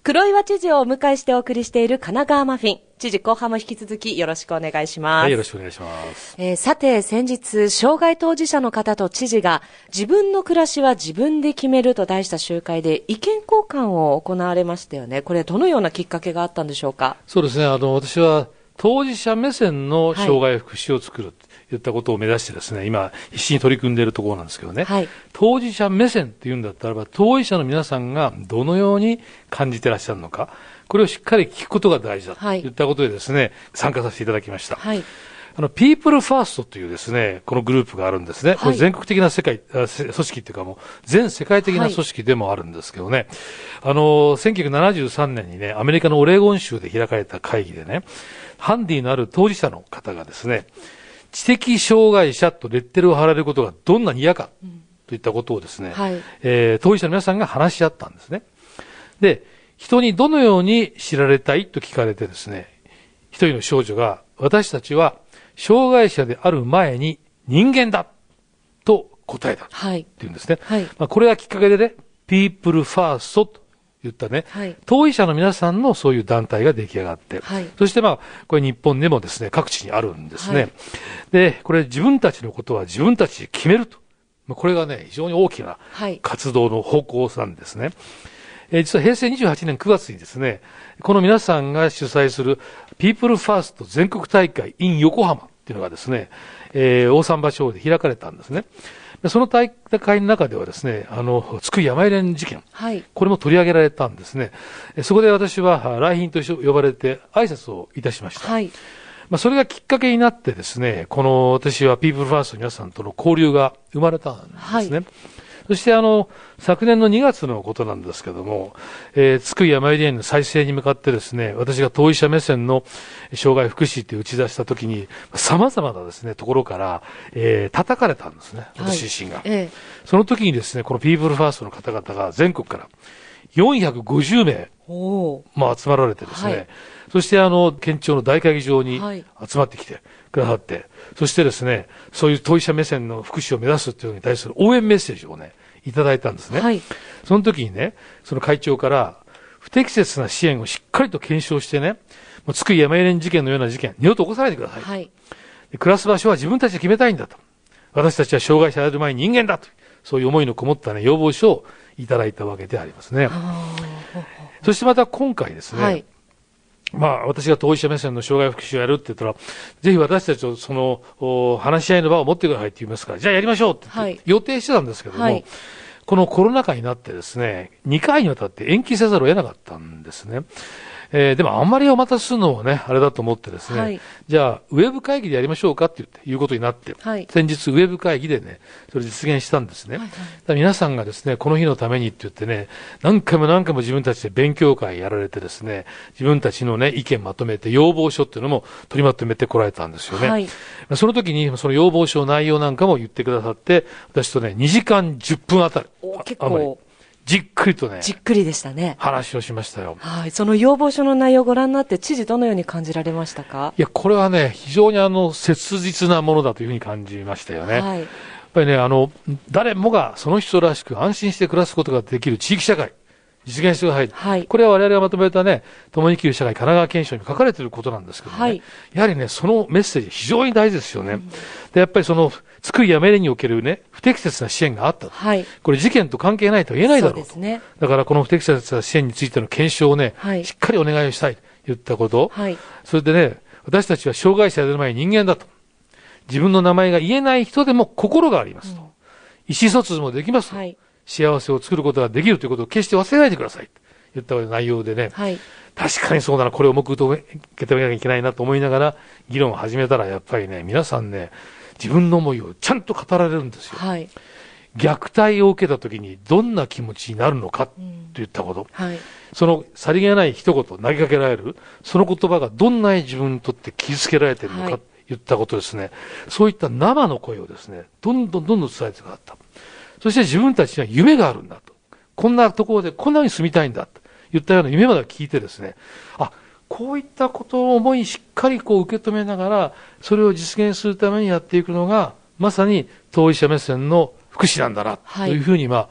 黒岩知事をお迎えしてお送りしている神奈川マフィン。知事後半も引き続きよろしくお願いします。 はい、よろしくお願いします。 さて、先日、障害当事者の方と知事が自分の暮らしは自分で決めると題した集会で意見交換を行われましたよね。これどのようなきっかけがあったんでしょうか。 そうですね。私は当事者目線の障害福祉を作るといったことを目指してですね、今必死に取り組んでいるところなんですけどね。当事者目線っていうんだったらば、当事者の皆さんがどのように感じてらっしゃるのか、これをしっかり聞くことが大事だといったことでですね、参加させていただきました。ピープルファーストというですね、このグループがあるんですね。これ全国的な組織っていうかもう、全世界的な組織でもあるんですけどね。1973年にね、アメリカのオレゴン州で開かれた会議でね、ハンディのある当事者の方がですね、知的障害者とレッテルを貼られることがどんなに嫌かといったことをですね、当事者の皆さんが話し合ったんですね。で、人にどのように知られたいと聞かれてですね、一人の少女が、私たちは障害者である前に人間だと答えたっていうんですね。これがきっかけでね、People First と言ったね、当事者の皆さんのそういう団体が出来上がって、そしてこれ日本でもですね、各地にあるんですね。で、これ自分たちのことは自分たちで決めると。これがね、非常に大きな活動の方向なんですね。実は平成28年9月にですね、この皆さんが主催する People First 全国大会 in 横浜っていうのがですね、大桟橋ホールで開かれたんですね。その大会の中ではですね、津久井やまゆり園事件、これも取り上げられたんですね。そこで私は来賓と呼ばれて挨拶をいたしました。それがきっかけになってですね、私は People First の皆さんとの交流が生まれたんですね。そして昨年の2月のことなんですけども、津久井やまゆり園の再生に向かってですね、私が当事者目線の障害福祉って打ち出したときに、様々なですね、ところから、叩かれたんですね、私自身が。その時にですね、このピープルファーストの方々が全国から450名、集まられてですね、そして県庁の大会議場に集まってきてくださって、そしてですね、そういう当事者目線の福祉を目指すというのに対する応援メッセージをね、いただいたんですね。その時にね、その会長から、不適切な支援をしっかりと検証してね、もう津久井やまゆり園事件のような事件、二度と起こさないでください。暮らす場所は自分たちで決めたいんだと。私たちは障害者である前に人間だと。そういう思いのこもったね、要望書をいただいたわけでありますね。そしてまた今回ですね、私が当事者目線の障害福祉をやるって言ったら、ぜひ私たちとその話し合いの場を持ってくださいって言いますから、じゃあやりましょうって言って予定してたんですけども、このコロナ禍になってですね、2回にわたって延期せざるを得なかったんですね。でもあんまりお待たせするのもね、あれだと思ってですね、じゃあ、ウェブ会議でやりましょうかっていうことになって、先日ウェブ会議でね、それ実現したんですね。皆さんがですね、この日のためにって言ってね、何回も自分たちで勉強会やられてですね、自分たちのね、意見まとめて要望書っていうのも取りまとめてこられたんですよね。その時にその要望書内容なんかも言ってくださって、私とね、2時間10分あたり。 結構。 じっくりとね。 じっくりでしたね。 話をしましたよ。 その要望書の内容をご覧になって、知事どのように感じられましたか？ いや、これはね、非常に切実なものだというふうに感じましたよね。やっぱりね、誰もがその人らしく安心して暮らすことができる地域社会、実現してください。これは我々がまとめたね、共に生きる社会神奈川憲章に書かれていることなんですけどね。やはりね、そのメッセージ非常に大事ですよね。で、やっぱりその、津久井やまゆり園におけるね、不適切な支援があった。これ事件と関係ないとは言えないだろうと。だからこの不適切な支援についての検証をね、しっかりお願いをしたいと言ったこと。それでね、私たちは障害者である前に人間だと。自分の名前が言えない人でも心がありますと。意思疎通もできますと。幸せを作ることができるということを決して忘れないでくださいと言った内容でね、確かにそうだな、これを重く受け止めなきゃいけないなと思いながら議論を始めたら、やっぱりね、皆さんね、自分の思いをちゃんと語られるんですよ。虐待を受けた時にどんな気持ちになるのかといったこと。そのさりげない一言投げかけられる、その言葉がどんなに自分にとって傷つけられているのかといったことですね。そういった生の声をですね、どんどん伝えてくださった。そして自分たちには夢があるんだと。こんなところでこんなに住みたいんだと言ったような夢まで聞いてですね、こういったことを思いしっかり受け止めながら、それを実現するためにやっていくのが、まさに当事者目線の福祉なんだな、というふうに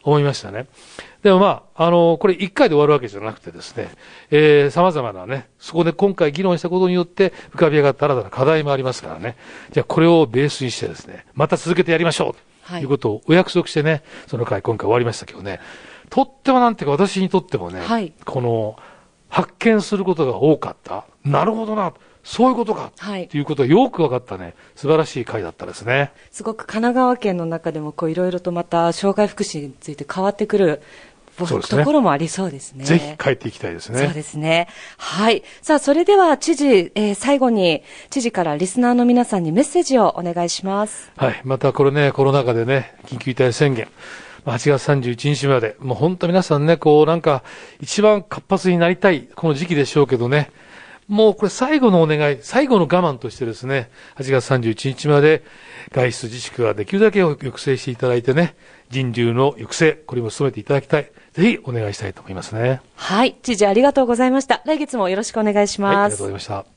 思いましたね。でもまあ、これ1回で終わるわけじゃなくてですね、様々なね、そこで今回議論したことによって浮かび上がった新たな課題もありますからね、じゃあこれをベースにしてですね、また続けてやりましょうということをお約束してね、その回今回終わりましたけどね、とってもなんていうか私にとってもね、この発見することが多かった。なるほどな。そういうことか、ということがよく分かったね、素晴らしい回だったですね。 すごく神奈川県の中でもいろいろとまた障害福祉について変わってくるところもありそうですね。 ぜひ帰っていきたいですね。 そうですね。はい。さあ、それでは知事、最後に知事からリスナーの皆さんにメッセージをお願いします。 はい。またこれね、コロナ禍でね、緊急事態宣言。8月31日まで、もう本当皆さんね、なんか一番活発になりたい、この時期でしょうけどね、もうこれ最後のお願い、最後の我慢としてですね、8月31日まで外出自粛はできるだけ抑制していただいてね、人流の抑制、これも努めていただきたい。ぜひお願いしたいと思いますね。 はい。知事ありがとうございました。来月もよろしくお願いします。 はい、ありがとうございました。